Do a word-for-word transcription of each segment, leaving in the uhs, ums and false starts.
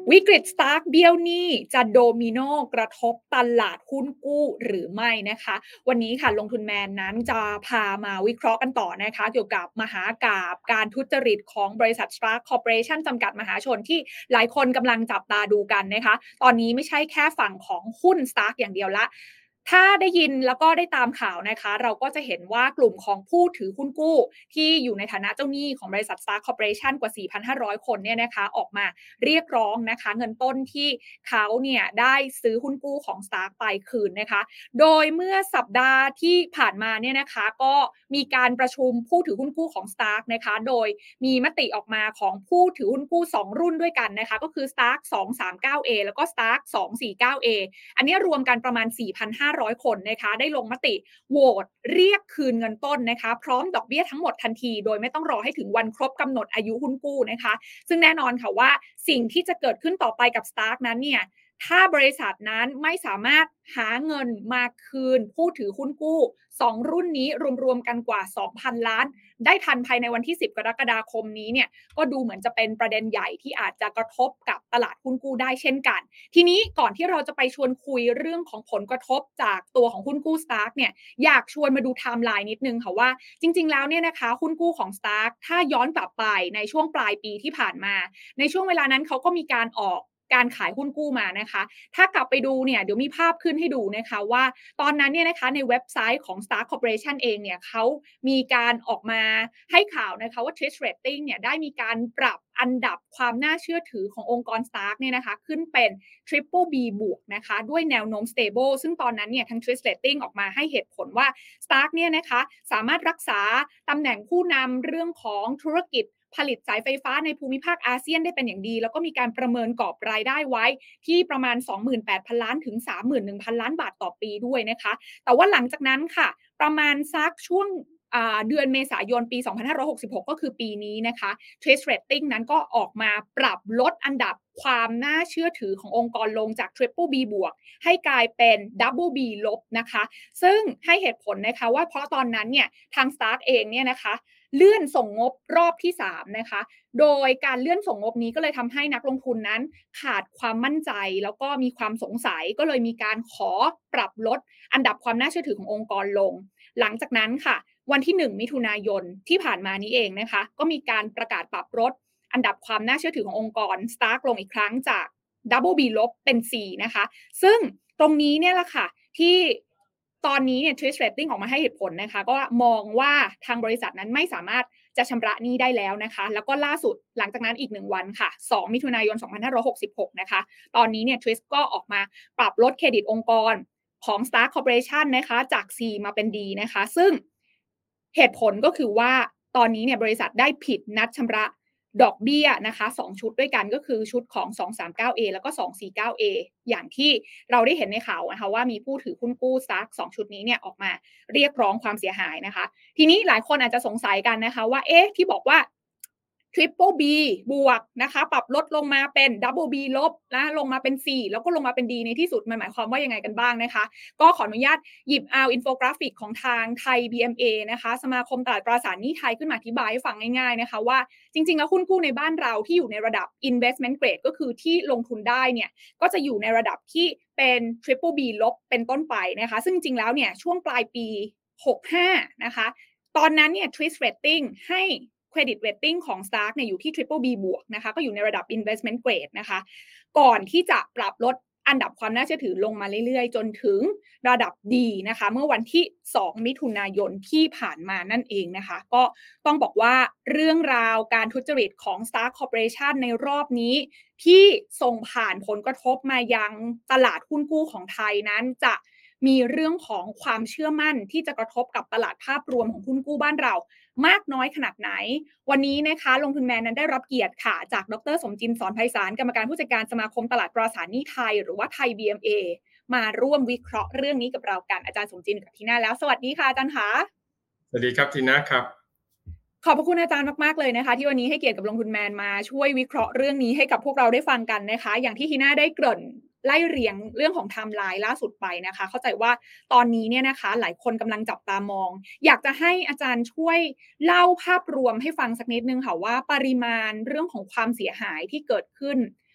วิกฤต Stark เบี้ยวหนี้จะโดมิโนกระทบตลาดหุ้นกู้หรือไม่นะคะวันนี้ค่ะลงทุนแมนนั้นจะพามาวิเคราะห์กันต่อนะคะเกี่ยวกับมหากาพย์การทุจริตของบริษัท Stark Corporation จำกัดมหาชนที่หลายคนกำลังจับตาดูกันนะคะตอนนี้ไม่ใช่แค่ฝั่งของหุ้น Stark อย่างเดียวละถ้าได้ยินแล้วก็ได้ตามข่าวนะคะเราก็จะเห็นว่ากลุ่มของผู้ถือหุ้นกู้ที่อยู่ในฐานะเจ้าหนี้ของบริษัท Stark Corporation กว่า สี่พันห้าร้อย คนเนี่ยนะคะออกมา เรียกร้องนะคะเงินต้นที่เขาเนี่ยได้ซื้อหุ้นกู้ของ Stark ไปคืนนะคะโดยเมื่อสัปดาห์ที่ผ่านมาเนี่ยนะคะก็มีการประชุมผู้ถือหุ้นกู้ของ Stark นะคะโดยมีมติออกมาของผู้ถือหุ้นกู้สองรุ่นด้วยกันนะคะก็คือ Stark สองสามเก้า เอ แล้วก็ Stark สองสี่เก้า เอ อันนี้รวมกันประมาณ สี่พันห้าร้อย คนนะคะได้ลงมติโหวตเรียกคืนเงินต้นนะคะพร้อมดอกเบี้ยทั้งหมดทันทีโดยไม่ต้องรอให้ถึงวันครบกำหนดอายุหุ้นกู้นะคะซึ่งแน่นอนค่ะว่าสิ่งที่จะเกิดขึ้นต่อไปกับ Stark นั้นเนี่ยถ้าบริษัทนั้นไม่สามารถหาเงินมาคืนผู้ถือหุ้นกู้สองรุ่นนี้รวมๆกันกว่า สองพัน ล้านได้ทันภายในวันที่สิบกรกฎาคมนี้เนี่ยก็ดูเหมือนจะเป็นประเด็นใหญ่ที่อาจจะกระทบกับตลาดหุ้นกู้ได้เช่นกันทีนี้ก่อนที่เราจะไปชวนคุยเรื่องของผลกระทบจากตัวของหุ้นกู้ Stark เนี่ยอยากชวนมาดูไทม์ไลน์นิดนึงค่ะว่าจริงๆแล้วเนี่ยนะคะหุ้นกู้ของ Stark ถ้าย้อนกลับไปในช่วงปลายปีที่ผ่านมาในช่วงเวลานั้นเขาก็มีการออกการขายหุ้นกู้มานะคะถ้ากลับไปดูเนี่ยเดี๋ยวมีภาพขึ้นให้ดูนะคะว่าตอนนั้นเนี่ยนะคะในเว็บไซต์ของ Stark Corporation เองเนี่ยเขามีการออกมาให้ข่าวนะคะว่า Fitch Rating เนี่ยได้มีการปรับอันดับความน่าเชื่อถือขององค์กร Stark เนี่ยนะคะขึ้นเป็น Triple B บวกนะคะด้วยแนวโน้ม Stable ซึ่งตอนนั้นเนี่ยทาง Fitch Rating ออกมาให้เหตุผลว่า Stark เนี่ยนะคะสามารถรักษาตำแหน่งผู้นำเรื่องของธุรกิจผลิตสายไฟฟ้าในภูมิภาคอาเซียนได้เป็นอย่างดีแล้วก็มีการประเมินกรอบรายได้ไว้ที่ประมาณ สองหมื่นแปดพัน ล้านถึง สามหมื่นหนึ่งพัน ล้านบาทต่อปีด้วยนะคะแต่ว่าหลังจากนั้นค่ะประมาณสักช่วงเดือนเมษายนปีสองพันห้าร้อยหกสิบหกก็คือปีนี้นะคะ Fitch Rating นั้นก็ออกมาปรับลดอันดับความน่าเชื่อถือขององค์กรลงจาก Triple B บวกให้กลายเป็น Double B ลบนะคะซึ่งให้เหตุผลนะคะว่าเพราะตอนนั้นเนี่ยทาง Stark เองเนี่ยนะคะเลื่อนส่งงบรอบที่สามนะคะโดยการเลื่อนส่งงบนี้ก็เลยทำให้นักลงทุนนั้นขาดความมั่นใจแล้วก็มีความสงสัยก็เลยมีการขอปรับลดอันดับความน่าเชื่อถือขององค์กรลงหลังจากนั้นค่ะวันที่หนึ่งมิถุนายนที่ผ่านมานี้เองนะคะก็มีการประกาศปรับลดอันดับความน่าเชื่อถือขององค์กร Stark ลงอีกครั้งจาก Double B ลบเป็น C นะคะซึ่งตรงนี้เนี่ยแหละค่ะที่ตอนนี้เนี่ย Fitch Rating ออกมาให้เหตุผลนะคะก็มองว่าทางบริษัทนั้นไม่สามารถจะชำระหนี้ได้แล้วนะคะแล้วก็ล่าสุดหลังจากนั้นอีกหนึ่งวันค่ะสองมิถุนายนสองพันห้าร้อยหกสิบหกนะคะตอนนี้เนี่ย Twist ก็ออกมาปรับลดเครดิตองค์กรของ Stark Corporation นะคะจาก C มาเป็น D นะคะซึ่งเหตุผลก็คือว่าตอนนี้เนี่ยบริษัทได้ผิดนัดชำระดอกเบี้ยนะคะสองชุดด้วยกันก็คือชุดของ สองสามเก้า เอ แล้วก็ สองสี่เก้า เอ อย่างที่เราได้เห็นในข่าวนะคะว่ามีผู้ถือหุ้นกู้ Stark สองชุดนี้เนี่ยออกมาเรียกร้องความเสียหายนะคะทีนี้หลายคนอาจจะสงสัยกันนะคะว่าเอ๊ะที่บอกว่า Triple B บวกนะคะปรับลดลงมาเป็น Double B ลบนะลงมาเป็น C แล้วก็ลงมาเป็น D ในที่สุดมันหมายความว่ายังไงกันบ้างนะคะก็ขออนุญาตหยิบเอาอินโฟกราฟิกของทางไทย บี เอ็ม เอ นะคะสมาคมตลาดตราสารหนี้ไทยขึ้นมาอธิบายให้ฟังง่ายๆนะคะว่าจริงๆแล้วหุ้นกู้ในบ้านเราที่อยู่ในระดับ investment grade ก็คือที่ลงทุนได้เนี่ยก็จะอยู่ในระดับที่เป็น Triple B ลบเป็นต้นไปนะคะซึ่งจริงๆแล้วเนี่ยช่วงปลายปีหกสิบห้านะคะตอนนั้นเนี่ย Twist Rating ให้ Credit Rating ของ Stark เนี่ยอยู่ที่ Triple B บวกนะคะก็อยู่ในระดับ Investment Grade นะคะก่อนที่จะปรับลดอันดับความน่าเชื่อถือลงมาเรื่อยๆจนถึงระดับ D นะคะเมื่อวันที่สองมิถุนายนที่ผ่านมานั่นเองนะคะก็ต้องบอกว่าเรื่องราวการทุจริตของ Stark Corporation ในรอบนี้ที่ส่งผ่านผลกระทบมายังตลาดหุ้นกู้ของไทยนั้นจะมีเรื่องของความเชื่อมั่นที่จะกระทบกับตลาดภาพรวมของหุ้นกู้บ้านเรามากน้อยขนาดไหนวันนี้นะคะลงทุนแมนนั้นได้รับเกียรติค่ะจากดรสมจินต์ สอนไพศาลกรรมการผู้จัดการสมาคมตลาดตราสารหนี้ไทยหรือว่าไทย บี เอ็ม เอ มาร่วมวิเคราะห์เรื่องนี้กับเรากันอาจารย์สมจินต์กับทีน่าแล้วสวัสดีค่ะอาจารย์คะสวัสดีครับทีน่าครับขอบพระคุณอาจารย์มากๆเลยนะคะที่วันนี้ให้เกียรติกับลงทุนแมนมาช่วยวิเคราะห์เรื่องนี้ให้กับพวกเราได้ฟังกันนะคะอย่างที่ทีน่าได้เกริ่นไล่เรียงเรื่องของไทม์ไลน์ล่าสุดไปนะคะเข้าใจว่าตอนนี้เนี่ยนะคะหลายคนกำลังจับตามองอยากจะให้อาจารย์ช่วยเล่าภาพรวมให้ฟังสักนิดนึงค่ะว่าปริมาณเรื่องของความเสียหายที่เกิดขึ้น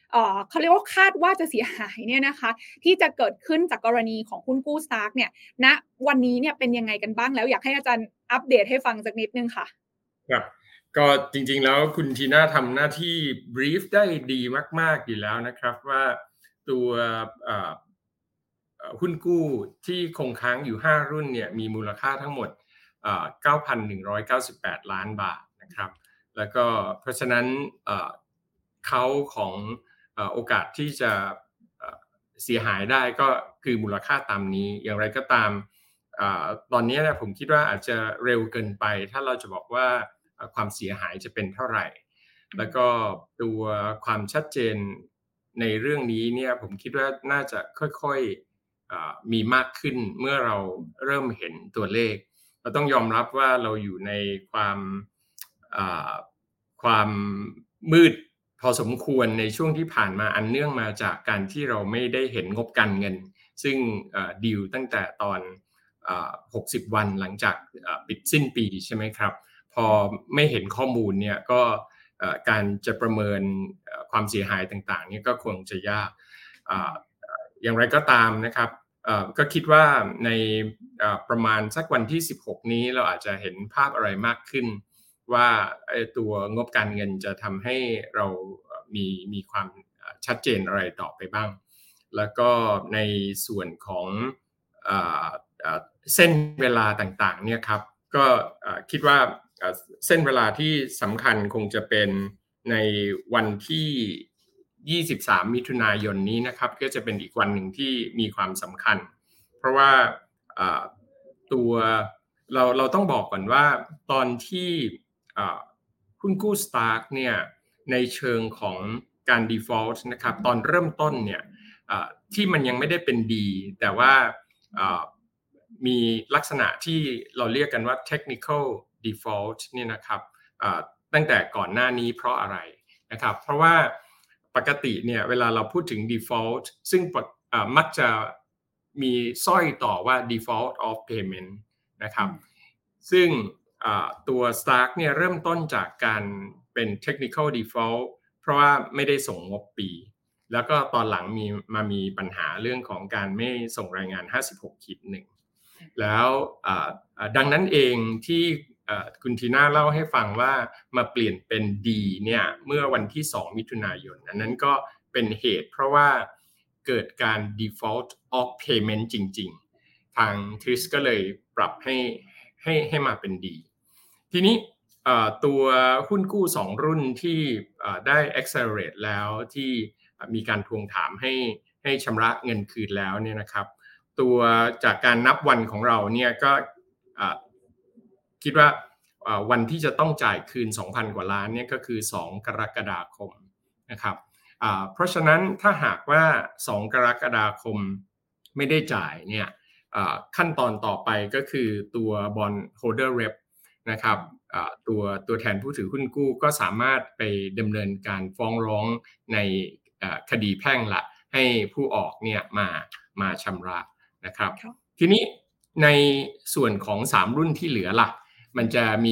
เอ่อเขาเรียกว่าคาดว่าจะเสียหายเนี่ยนะคะที่จะเกิดขึ้นจากกรณีของหุ้นกู้ Stark เนี่ยณวันนี้เนี่ยเป็นยังไงกันบ้างแล้วอยากให้อาจารย์อัปเดตให้ฟังสักนิดหนึ่งค่ะครับก็จริงๆแล้วคุณทีน่าทำหน้าที่บรีฟได้ดีมากๆอยู่แล้วนะครับว่าตัวเอ่อเอ่อหุ้นกู้ที่คงค้างอยู่ห้ารุ่นเนี่ยมีมูลค่าทั้งหมดเอ่อเก้าพันหนึ่งร้อยเก้าสิบแปด ล้านบาทนะครับแล้วก็เพราะฉะนั้นเอ่อเขาของเอ่อโอกาสที่จะเอ่อเสียหายได้ก็คือมูลค่าตามนี้อย่างไรก็ตามอ่าตอนนี้เนี่ยผมคิดว่าอาจจะเร็วเกินไปถ้าเราจะบอกว่า เอ่อความเสียหายจะเป็นเท่าไหร่แล้วก็ตัวความชัดเจนในเรื่องนี้เนี่ยผมคิดว่าน่าจะค่อยๆเอ่อมีมากขึ้นเมื่อเราเริ่มเห็นตัวเลขเราต้องยอมรับว่าเราอยู่ในความอ่าความมืดพอสมควรในช่วงที่ผ่านมาอันเนื่องมาจากการที่เราไม่ได้เห็นงบการเงินซึ่งเอ่อดีลตั้งแต่ตอนอ่าหกสิบวันหลังจากอ่าปิดสิ้นปีใช่ไหมครับ พอไม่เห็นข้อมูลเนี่ยก็เอ่อการจะประเมินเอ่อความเสียหายต่างๆเนี่ยก็คงจะยากอ่าอย่างไรก็ตามนะครับเอ่อก็คิดว่าในเอ่อประมาณสักวันที่สิบหกนี้เราอาจจะเห็นภาพอะไรมากขึ้นว่าไอ้ตัวงบการเงินจะทำให้เราเอ่อมีมีความเอ่อชัดเจนอะไรต่อไปบ้างแล้วก็ในส่วนของอ่าอ่าเส้นเวลาต่างๆเนี่ยครับก็เอ่อคิดว่า เอ่อเส้นเวลาที่สำคัญคงจะเป็นในวันที่ ยี่สิบสาม มิถุนายนนี้นะครับก็จะเป็นอีกวันหนึ่งที่มีความสำคัญเพราะว่าอ่าตัวเราเราต้องบอกก่อนว่าตอนที่อ่าหุ้นกู้ Stark เนี่ยในเชิงของการ default นะครับตอนเริ่มต้นเนี่ยอ่าที่มันยังไม่ได้เป็นดีแต่ว่าอ่า มีลักษณะที่เราเรียกกันว่า technical default เนี่ยนะครับอ่าตั้งแต่ก่อนหน้านี้เพราะอะไรนะครับเพราะว่าปกติเนี่ยเวลาเราพูดถึง default ซึ่งปกอ่ามักจะมีสร้อยต่อว่า default of payment นะครับซึ่งอ่าตัว Stark เนี่ยเริ่มต้นจากการเป็น technical default เพราะว่าไม่ได้ส่งงบปี แล้วก็ตอนหลังมีมามีปัญหาเรื่องของการไม่ส่งรายงาน ห้าสิบหกขีดหนึ่ง แล้วอ่าอ่าดังนั้นเองที่อ่าคุณทีน่าเล่าให้ฟังว่ามาเปลี่ยนเป็นดีเนี่ยเมื่อวันที่สองมิถุนายนอันนั้นก็เป็นเหตุเพราะว่าเกิดการ default of payment จริงๆทาง ที ไอ เอส ก็เลยปรับให้ให้ให้มาเป็นดีทีนี้อ่าตัวหุ้นกู้สองรุ่นที่อ่าได้ accelerate แล้วที่มีการทวงถามให้ให้ชำระเงินคืนแล้วเนี่ยนะครับ ตัวจากการนับวันของเราเนี่ยก็คิดว่าวันที่จะต้องจ่ายคืน สองพัน กว่าล้านเนี่ยก็คือสองกรกฎาคมนะครับเพราะฉะนั้นถ้าหากว่าสองกรกฎาคมไม่ได้จ่ายเนี่ยขั้นตอนต่อไปก็คือตัว bond holder rep นะครับตัวตัวแทนผู้ถือหุ้นกู้ก็สามารถไปดำเนินการฟ้องร้องในคดีแพ่งละให้ผู้ออกเนี่ยมามาชำระนะครับทีนี้ในส่วนของสามรุ่นที่เหลือล่ะมันจะมี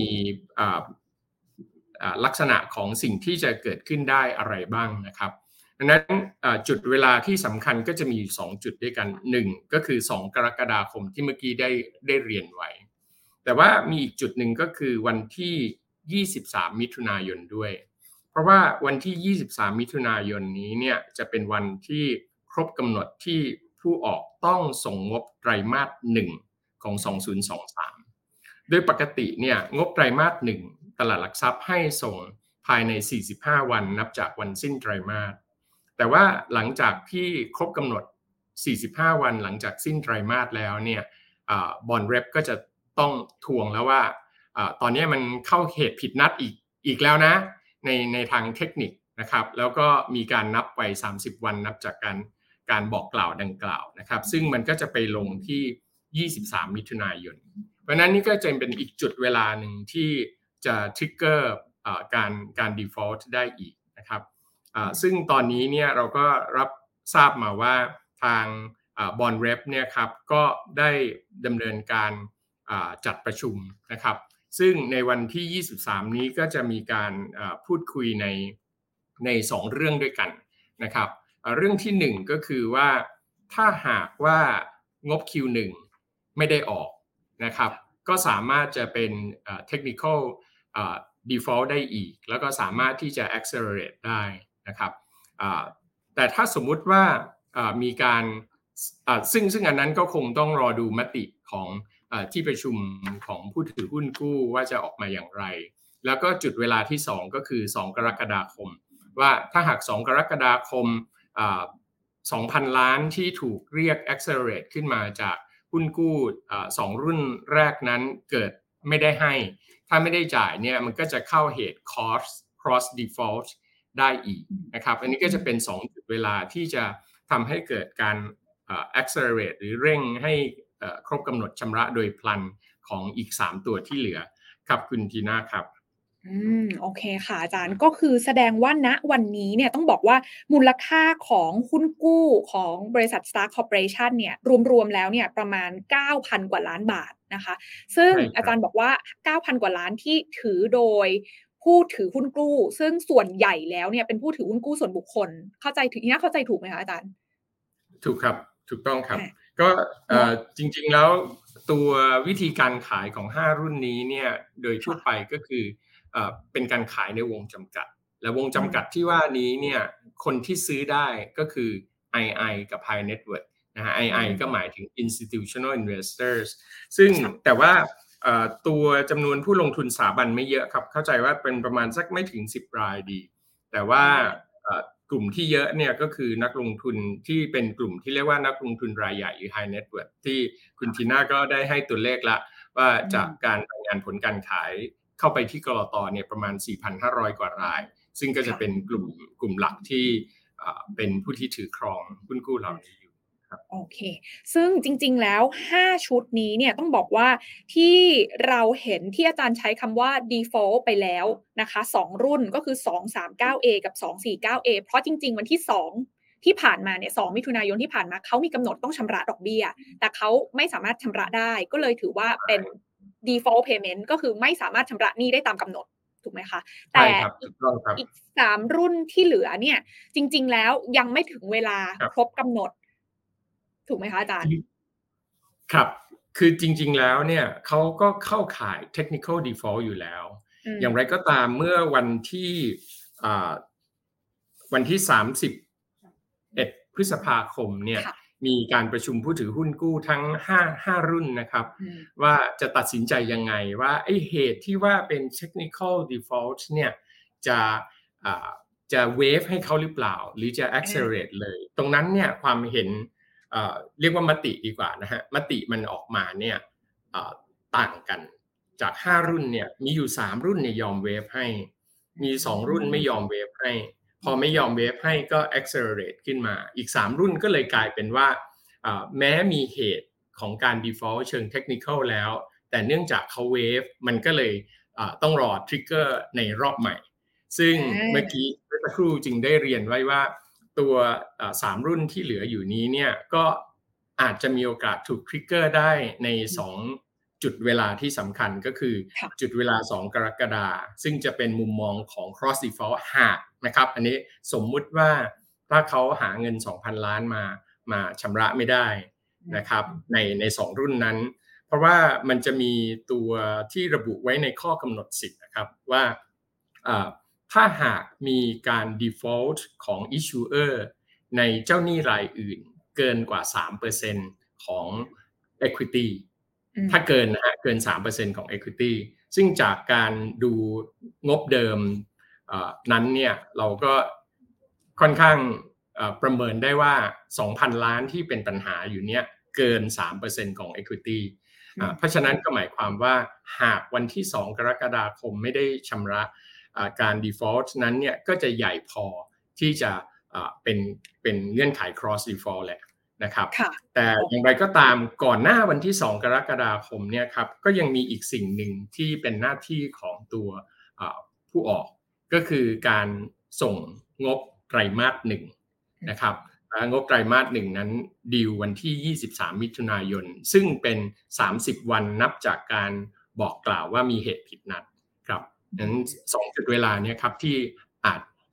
ลักษณะของสิ่งที่จะเกิดขึ้นได้อะไรบ้างนะครับดังนั้นจุดเวลาที่สำคัญก็จะมีสองจุดด้วยกันหนึ่งก็คือสองกรกฎาคมที่เมื่อกี้ได้ได้เรียนไว้แต่ว่ามีอีกจุดหนึ่งก็คือวันที่ยี่สิบสามมิถุนายนด้วยเพราะว่าวันที่ยี่สิบสามมิถุนายนนี้เนี่ยจะเป็นวันที่ครบกำหนดที่ผู้ออกต้องส่งงบไตรมาสหนึ่งของสองพันยี่สิบสามโดยปกติเนี่ยงบไตรมาสหนึ่งตลาดหลักทรัพย์ให้ส่งภายในสี่สิบห้าวันนับจากวันสิ้นไตรมาสแต่ว่าหลังจากที่ครบกำหนดสี่สิบห้าวันหลังจากสิ้นไตรมาสแล้วเนี่ยบอนด์เรปก็จะต้องทวงแล้วว่าตอนนี้มันเข้าเหตุผิดนัดอีกอีกแล้วนะในในทางเทคนิคนะครับแล้วก็มีการนับไปสามสิบวันนับจากการการบอกกล่าวดังกล่าวนะครับซึ่งมันก็จะไปลงที่ยี่สิบสามมิถุนายนเพราะนั้นนี่ก็จะเป็นอีกจุดเวลาหนึ่งที่จะทริกเกอร์การการ default ได้อีกนะครับซึ่งตอนนี้เนี่ยเราก็รับทราบมาว่าทางบอนด์เรปเนี่ยครับก็ได้ดำเนินการจัดประชุมนะครับซึ่งในวันที่ยี่สิบสามนี้ก็จะมีการพูดคุยในในสองเรื่องด้วยกันนะครับเรื่องที่หนึ่งก็คือว่าถ้าหากว่างบ คิว หนึ่ง ไม่ได้ออกนะครับก็สามารถจะเป็น technical default ได้อีกแล้วก็สามารถที่จะ accelerate ได้นะครับแต่ถ้าสมมุติว่ามีการซึ่งซึ่งอันนั้นก็คงต้องรอดูมติของที่ประชุมของผู้ถือหุ้นกู้ว่าจะออกมาอย่างไรแล้วก็จุดเวลาที่สองก็คือสองกรกฎาคมว่าถ้าหากสองกรกฎาคม สองพัน ล้านที่ถูกเรียก accelerate ขึ้นมาจากหุ้นกู้สองรุ่นแรกนั้นเกิดไม่ได้ให้ถ้าไม่ได้จ่ายเนี่ยมันก็จะเข้าเหตุ cost cross default ได้อีกนะครับอันนี้ก็จะเป็นสองจุดเวลาที่จะทำให้เกิดการ accelerate หรือเร่งให้ครบกำหนดชำระโดยพลันของอีกสามตัวที่เหลือครับคุณทีน่าครับอืมโอเคค่ะอาจารย์ก็คือแสดงว่าณวันนี้เนี่ยต้องบอกว่ามูลค่าของหุ้นกู้ของบริษัท Star Corporation เนี่ยรวมๆแล้วเนี่ยประมาณ เก้าพัน กว่าล้านบาทนะคะซึ่งอาจารย์บอกว่า เก้าพัน กว่าล้านที่ถือโดยผู้ถือหุ้นกู้ซึ่งส่วนใหญ่แล้วเนี่ยเป็นผู้ถือหุ้นกู้ส่วนบุคคลเข้าใจถึงนี้เข้าใจถูกไหมคะอาจารย์ถูกครับถูกต้องครับก็จริงๆแล้วตัววิธีการขายของห้ารุ่นนี้เนี่ยโดยทั่วไปก็คือเป็นการขายในวงจำกัดและวงจำกัดที่ว่านี้เนี่ยคนที่ซื้อได้ก็คือ ไอ ไอ กับ High Net Worth นะฮะ ไอ ไอ ก็หมายถึง Institutional Investors ซึ่งแต่ว่าตัวจำนวนผู้ลงทุนสถาบันไม่เยอะครับเข้าใจว่าเป็นประมาณสักไม่ถึงสิบรายดีแต่ว่ากลุ่มที่เยอะเนี่ยก็คือนักลงทุนที่เป็นกลุ่มที่เรียกว่านักลงทุนรายใหญ่หรือ High Net Worth ที่คุณทีน่าก็ได้ให้ตัวเลขละว่าจากการรายงานผลการขายเข้าไปที่กลตเนี่ยประมาณ สี่พันห้าร้อย กว่ารายซึ่งก็จะเป็นกลุ่มกลุ่มหลักที่เป็นผู้ที่ถือครองหุ้นกู้เหล่านี้อยู่ครับโอเคซึ่งจริงๆแล้วห้าชุดนี้เนี่ยต้องบอกว่าที่เราเห็นที่อาจารย์ใช้คำว่า default ไปแล้วนะคะสองรุ่นก็คือสองสามเก้าเอกับสองสี่เก้าเอเพราะจริงๆวันที่สองที่ผ่านมาเนี่ยสองมิถุนายนที่ผ่านมาเขามีกำหนดต้องชำระดอกเบี้ยแต่เขาไม่สามารถชำระได้ก็เลยถือว่าเป็น default payment ก็คือไม่สามารถชำระหนี้ได้ตามกำหนดถูกไหมคะแต่อีกสามรุ่นที่เหลือเนี่ยจริงๆแล้วยังไม่ถึงเวลาครบกำหนดถูกไหมคะอาจารย์ครับคือจริงๆแล้วเนี่ยเขาก็เข้าข่าย technical default อยู่แล้วอย่างไรก็ตามเมื่อวันที่วันที่สามสิบเอ็ดพฤษภาคมเนี่ยมีการประชุมผู้ถือหุ้นกู้ทั้งห้า ห้ารุ่นนะครับว่าจะตัดสินใจยังไงว่าไอ้เหตุที่ว่าเป็น technical default เนี่ยจะจะ waive ให้เขาหรือเปล่าหรือจะ accelerate เลยตรงนั้นเนี่ยความเห็นเรียกว่ามติดีกว่านะฮะมติมันออกมาเนี่ยต่างกันจากห้ารุ่นเนี่ยมีอยู่สามรุ่นเนี่ยยอม waive ให้มีสองรุ่นไม่ยอม waive ให้พอไม่ยอม waive ให้ก็ accelerate ขึ้นมาอีกสามรุ่นก็เลยกลายเป็นว่าแม้มีเหตุของการ default เชิง technical แล้วแต่เนื่องจากเขา waive มันก็เลยต้องรอ trigger ในรอบใหม่ซึ่งเมื่อกี้เมื่อสักครู่จึงได้เรียนไว้ว่าตัวสามรุ่นที่เหลืออยู่นี้เนี่ยก็อาจจะมีโอกาสถูก trigger ได้ในสองจุดเวลาที่สำคัญก็คือจุดเวลาสองกรกฎาคมซึ่งจะเป็นมุมมองของ cross default หากนะครับอันนี้สมมุติว่าถ้าเขาหาเงิน สองพัน ล้านมามาชำระไม่ได้นะครับในในสองรุ่นนั้นเพราะว่ามันจะมีตัวที่ระบุไว้ในข้อกำหนดสิทธิ์นะครับว่าถ้าหากมีการ default ของ issuer ในเจ้าหนี้รายอื่นเกินกว่า สามเปอร์เซ็นต์ ของ equity ถ้าเกินนะฮะเกิน สามเปอร์เซ็นต์ ของ equity ซึ่งจากการดูงบเดิมนั้นเนี่ยเราก็ค่อนข้างประเมินได้ว่า สองพัน ล้านที่เป็นปัญหาอยู่เนี้ยเกิน สามเปอร์เซ็นต์ ของ equity เพราะฉะนั้นก็หมายความว่าหากวันที่สองกรกฎาคมไม่ได้ชำระการ default นั้นเนี่ยก็จะใหญ่พอที่จะเป็นเป็นเงื่อนไข cross default แหละนะครับแต่อย่างไรก็ตามก่อนหน้าวันที่สองกรกฎาคมเนี่ยครับก็ยังมีอีกสิ่งหนึ่งที่เป็นหน้าที่ของตัวผู้ออกก็คือการส่งงบไตรมาสหนึ่งนะครับงบไตรมาสหนึ่งนั้นดีลวันที่ยี่สิบสามมิถุนายนซึ่งเป็นสามสิบวันนับจากการบอกกล่าวว่ามีเหตุผิดนัดครับนั้นสองจุดเวลาเนี่ยครับที่อาจ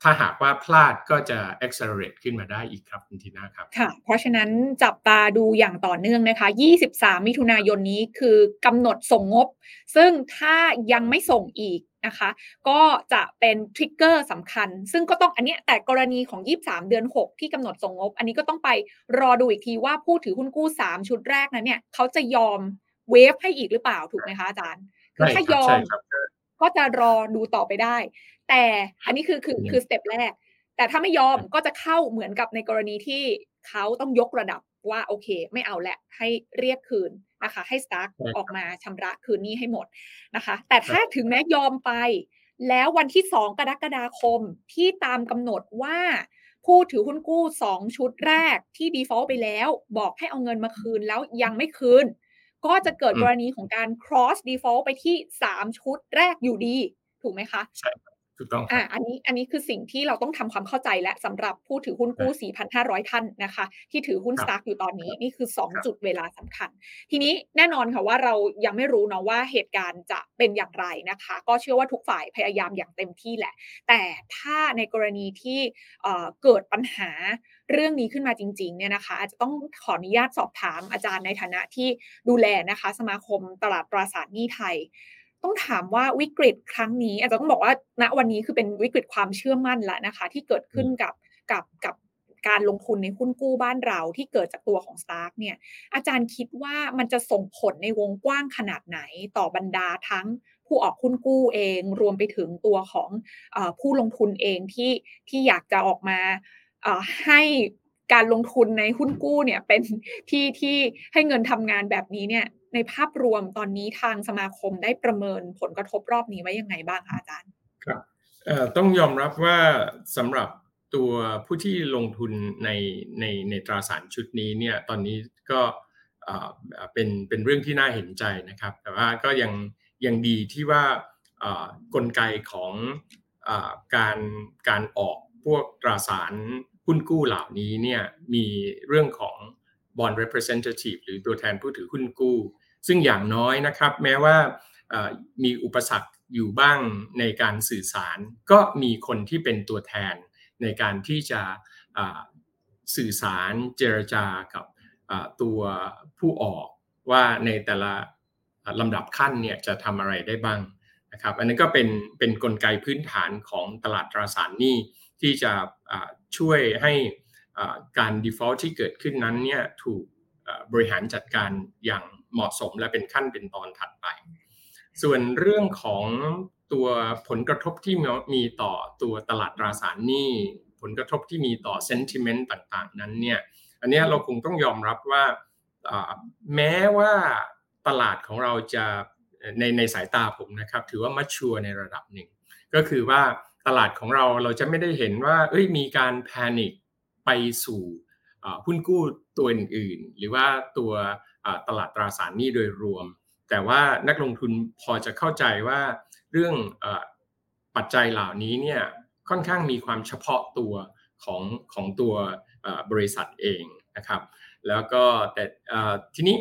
ถ้าหากว่าพลาดก็จะ accelerate ขึ้นมาได้อีกครับคุณทีน่าครับค่ะเพราะฉะนั้นจับตาดูอย่างต่อเนื่องนะคะยี่สิบสามมิถุนายนนี้คือกำหนดส่งงบซึ่งถ้ายังไม่ส่งอีกนะคะก็จะเป็นทริกเกอร์สำคัญซึ่งก็ต้องอันเนี้ยแต่กรณีของยี่สิบสามเดือนหกที่กำหนดส่งงบอันนี้ก็ต้องไปรอดูอีกทีว่าผู้ถือหุ้นกู้สามชุดแรกนั้นเนี่ยเขาจะยอมเวฟให้อีกหรือเปล่าถูกไหมคะอาจารย์คือใช่ครับถ้ายอมใช่ครับก็จะรอดูต่อไปได้แต่อันนี้คือคือคือสเต็ปแรก แต่ถ้าไม่ยอมก็จะเข้าเหมือนกับในกรณีที่เขาต้องยกระดับว่าโอเคไม่เอาแล้วให้เรียกคืนนะคะให้ Stark ใช่ออกมาชำระคืนหนี้ให้หมดนะคะแต่ถ้าครับถึงแม้ยอมไปแล้ววันที่สองกรกฎาคมที่ตามกำหนดว่าผู้ถือหุ้นกู้สองชุดแรกที่ default ไปแล้วบอกให้เอาเงินมาคืนแล้วยังไม่คืนก็จะเกิดอืมกรณีของการ cross default ไปที่สามชุดแรกอยู่ดีถูกไหมคะใช่ครับถูกต้องคอารับอันนี้อันนี้คือสิ่งที่เราต้องทำความเข้าใจและสำหรับผู้ถือหุ้นกู้อาสี่พันห้าร้อย ท่านนะคะที่ถือหุ้นครับ Stark อยู่ตอนนี้นี่คือสองครับจุดเวลาสำคัญทีนี้แน่นอนค่ะว่าเรายังไม่รู้เนาะว่าเหตุการณ์จะเป็นอย่างไรนะคะก็เชื่อว่าทุกฝ่ายพยายามอย่างเต็มที่แหละแต่ถ้าในกรณีที่เอ่อเกิดปัญหาเรื่องนี้ขึ้นมาจริงๆเนี่ยนะคะอาจจะต้องขออนุญาตสอบถามอาจารย์ในฐานะที่ดูแลนะคะสมาคมตลาดตราสารหนี้ไทย ต้องถามว่าวิกฤตครั้งนี้อาจจะต้องบอกว่าณวันนี้คือเป็นวิกฤตความเชื่อมั่นแล้วนะคะที่เกิดอืมขึ้นกับกับกับการลงทุนในหุ้นกู้บ้านเราที่เกิดจากตัวของ Stark เนี่ยอาจารย์คิดว่ามันจะส่งผลในวงกว้างขนาดไหนต่อบรรดาทั้งผู้ออกหุ้นกู้เองรวมไปถึงตัวของเอ่อผู้ลงทุนเองที่ที่อยากจะออกมาเอ่อให้การลงทุนในหุ้นกู้เนี่ยเป็นที่ที่ให้เงินทำงานแบบนี้เนี่ยในภาพรวมตอนนี้ทางสมาคมได้ประเมินผลกระทบรอบนี้ไว้ยังไงบ้างคะอาจารย์ครับเอ่อต้องยอมรับว่าสำหรับตัวผู้ที่ลงทุนในในในตราสารชุดนี้เนี่ยตอนนี้ก็อ่าอ่าเป็นเป็นเรื่องที่น่าเห็นใจนะครับแต่ว่าก็ยังยังดีที่ว่าอ่ากลไกของอ่าการการออกพวกตราสารหุ้นกู้เหล่านี้เนี่ยมีเรื่องของ Bond Representative หรือตัวแทนผู้ถือหุ้นกู้ซึ่งอย่างน้อยนะครับแม้ว่า มีอุปสรรคอยู่บ้างในการสื่อสารก็มีคนที่เป็นตัวแทนในการที่จะสื่อสารเจรจากับตัวผู้ออกว่าในแต่ละลำดับขั้นเนี่ยจะทำอะไรได้บ้างนะครับอันนี้ก็เป็นเป็นกลไกพื้นฐานของตลาดตราสารหนี้ที่จะช่วยให้การ default ที่เกิดขึ้นนั้นเนี่ยถูกบริหารจัดการอย่างเหมาะสมและเป็นขั้นเป็นตอนถัดไป ส่วนเรื่องของตัวผลกระทบที่มีต่อตัวตลาดตราสารหนี้ผลกระทบที่มีต่อ sentiment ต่างๆนั้นเนี่ยอันนี้เราคงต้องยอมรับว่าแม้ว่าตลาดของเราจะในในสายตาผมนะครับถือว่า mature ในระดับหนึ่งก็คือว่าตลาดของเราเราจะไม่ได้เห็นว่าเอ้ยมีการ panic ไปสู่หุ้นกู้ตัวอื่นๆหรือว่าตัวตลาดตราสารหนี้โดยรวมแต่ว่านักลงทุนพอจะเข้าใจว่าเรื่องเออปัจจัยเหล่านี้เนี่ยค่อนข้างมีความเฉพาะตัวของของตัวบริษัทเองนะครับแล้วก็แต่ทีนี้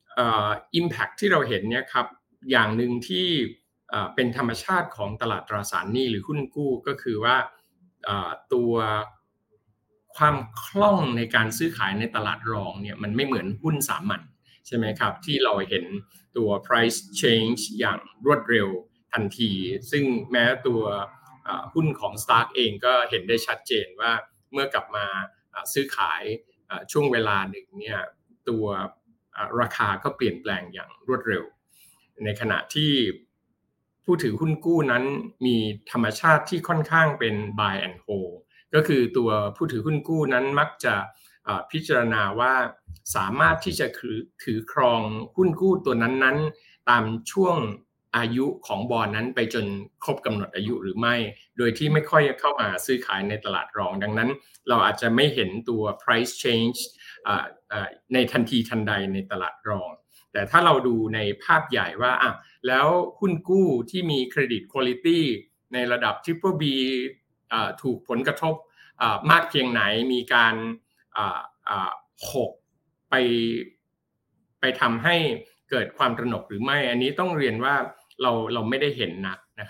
impact ที่เราเห็นเนี่ยครับอย่างหนึ่งที่เป็นธรรมชาติของตลาดตราสารหนี้หรือหุ้นกู้ก็คือว่าตัวความคล่องในการซื้อขายในตลาดรองเนี่ยมันไม่เหมือนหุ้นสามัญใช่ไหมครับที่เราเห็นตัว price change อย่างรวดเร็วทันทีซึ่งแม้ตัวหุ้นของ Stark เองก็เห็นได้ชัดเจนว่าเมื่อกลับมาซื้อขายช่วงเวลาหนึ่งเนี่ยตัวราคาก็เปลี่ยนแปลงอย่างรวดเร็วในขณะที่ผู้ถือหุ้นกู้นั้นมีธรรมชาติที่ค่อนข้างเป็น buy and hold ก็คือตัวผู้ถือหุ้นกู้นั้นมักจะพิจารณาว่าสามารถที่จะถือถือครองหุ้นกู้ตัวนั้นๆตามช่วงอายุของบอนด์นั้นไปจนครบกำหนดอายุหรือไม่โดยที่ไม่ค่อยเข้ามาซื้อขายในตลาดรองดังนั้นเราอาจจะไม่เห็นตัว price change ในทันทีทันใดในตลาดรองแต่ถ้าเราดูในภาพใหญ่ว่าอ่ะแล้วหุ้นกู้ที่มีเครดิตควอลิตี้ในระดับ Triple B ถูกผลกระทบมากเพียงไหนมีการหกไปไปทำให้เกิดความตระหนกหรือไม่อันนี้ต้องเรียนว่าเราเราไม่ได้เห็นนะนะครับ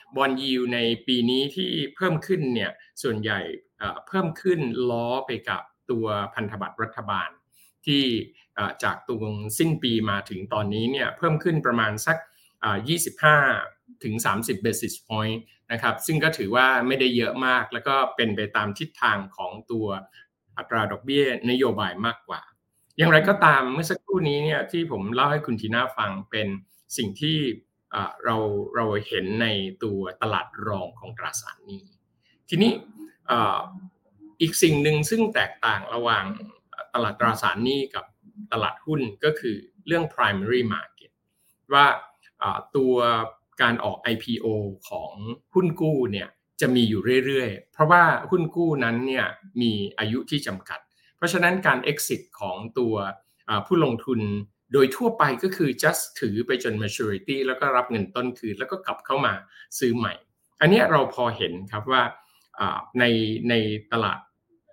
bond yield ในปีนี้ที่เพิ่มขึ้นเนี่ยส่วนใหญ่เอ่อเพิ่มขึ้นล้อไปกับตัวพันธบัตรรัฐบาลที่เอ่อจากตรงสิ้นปีมาถึงตอนนี้เนี่ยเพิ่มขึ้นประมาณสักอ่ายี่สิบห้าถึงสามสิบ basis point นะครับซึ่งก็ถือว่าไม่ได้เยอะมากแล้วก็เป็นไปตามทิศทางของตัวอัตราดอกเบี้ยนโยบายมากกว่าอย่างไรก็ตามเมื่อสักครู่นี้เนี่ยที่ผมเล่าให้คุณทีน่าฟังเป็นสิ่งที่อ่าเราเราเห็นในตัวตลาดรองของตราสารหนี้ทีนี้อ่าอีกสิ่งหนึ่งซึ่งแตกต่างระหว่างตลาดตราสารหนี้กับตลาดหุ้นก็คือเรื่อง primary market ว่าอ่าตัวการออก ไอ พี โอ ของหุ้นกู้เนี่ยจะมีอยู่เรื่อยๆเพราะว่าหุ้นกู้นั้นเนี่ยมีอายุที่จำกัดเพราะฉะนั้นการ exit ของตัวผู้ลงทุนโดยทั่วไปก็คือ just ถือไปจน maturity แล้วก็รับเงินต้นคืนแล้วก็กลับเข้ามาซื้อใหม่อันนี้เราพอเห็นครับว่าในในตลาด